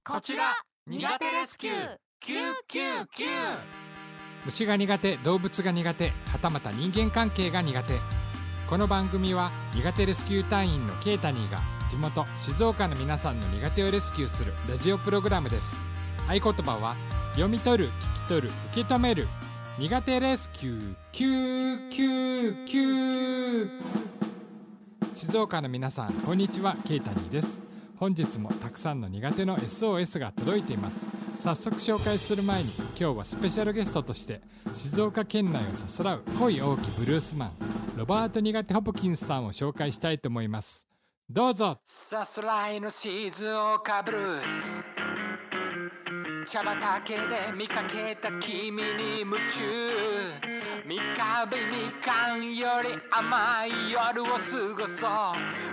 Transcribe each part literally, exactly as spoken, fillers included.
こちら苦手レスキューきゅうきゅうきゅう。 虫が苦手、動物が苦手、はたまた人間関係が苦手。この番組は苦手レスキュー隊員のケイタニーが地元静岡の皆さんの苦手をレスキューするラジオプログラムです。合言葉は読み取る、聞き取る、受け止める。苦手レスキューきゅうきゅうきゅう。静岡の皆さん、こんにちは。ケイタニーです。本日もたくさんの苦手の エスオーエス が届いています。早速紹介する前に、今日はスペシャルゲストとして静岡県内をさすらう恋多きブルースマンロバート苦手ホプキンスさんを紹介したいと思います。どうぞ。 さすらいの静岡ブルース、茶畑で見かけた君に夢中。三日日みかんより甘い夜を過ごそう。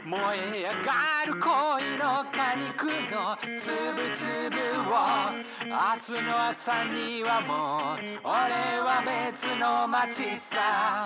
燃え上がる恋の果肉のつぶつぶを、明日の朝にはもう俺は別の街さ。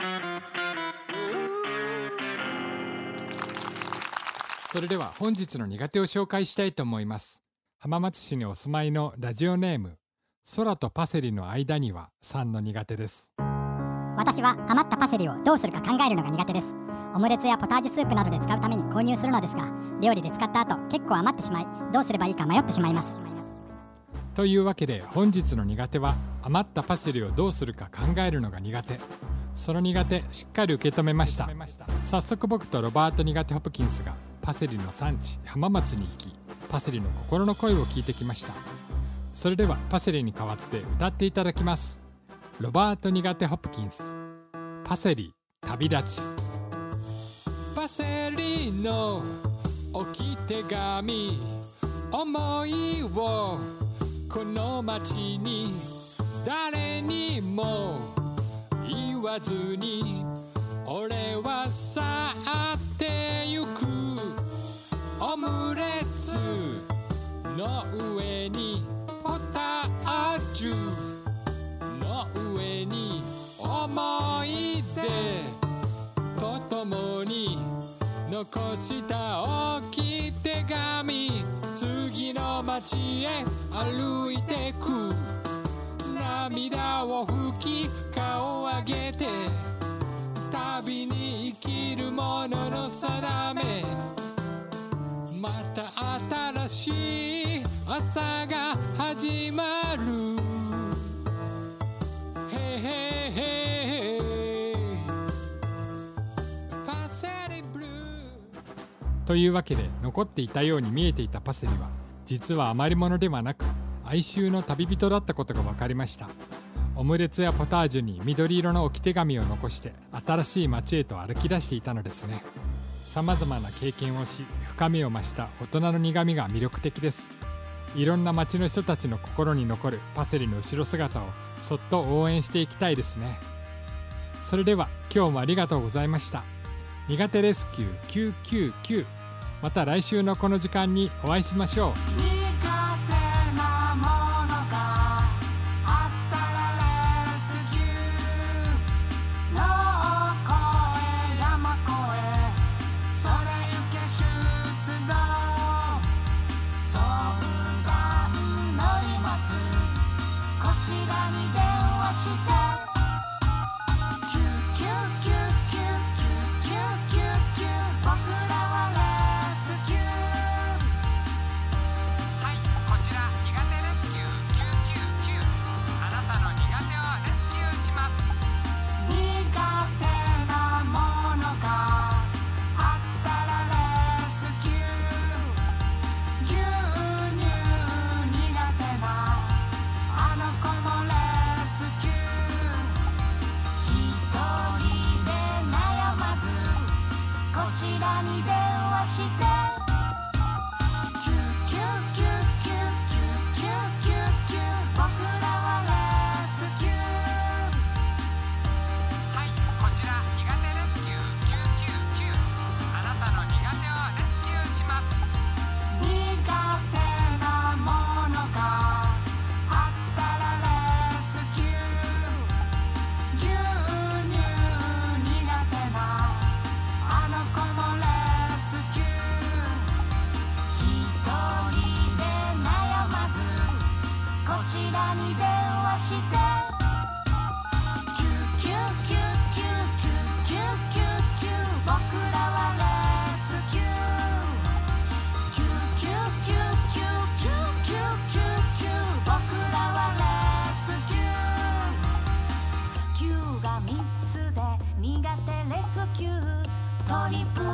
それでは本日の苦手を紹介したいと思います。浜松市にお住まいのラジオネーム空とパセリの間にはさんの苦手です。 私は余ったパセリをどうするか考えるのが苦手です。オムレツやポタージュスープなどで使うために購入するのですが、料理で使った後結構余ってしまい、どうすればいいか迷ってしまいます。 というわけで本日の苦手は余ったパセリをどうするか考えるのが苦手。その苦手しっかり受け止めました。早速僕とロバート苦手ホプキンスがパセリの産地浜松に行き、パセリの心の声を聞いてきました。それではパセリに代わって歌っていただきます。ロバート苦手ホプキンス、パセリ旅立ち。パセリの置き手紙、思いをこの街に誰にも言わずに俺は去ってゆく。オムレツの上にポタージュの上に思い出とともに残した置き手紙、次の街へ歩いてく。涙を拭き顔を上げて、旅に生きる者の定め。また新しい朝が始まる。へへへパセリブルー。というわけで、残っていたように見えていたパセリは実は余り物ではなく哀愁の旅人だったことが分かりました。オムレツやポタージュに緑色の置き手紙を残して新しい街へと歩き出していたのですね。さまざまな経験をし深みを増した大人の苦みが魅力的です。いろんな街の人たちの心に残るパセリの後ろ姿をそっと応援していきたいですね。それでは今日もありがとうございました。苦手レスキューきゅうきゅうきゅう。また来週のこの時間にお会いしましょう。 ちらに電話してキューキューキューキューキューキューキューキュー僕らはレスキューキューキューキューキューキューキューキューキュー僕らはレスキューキューがみっつで苦手レスキュートリプ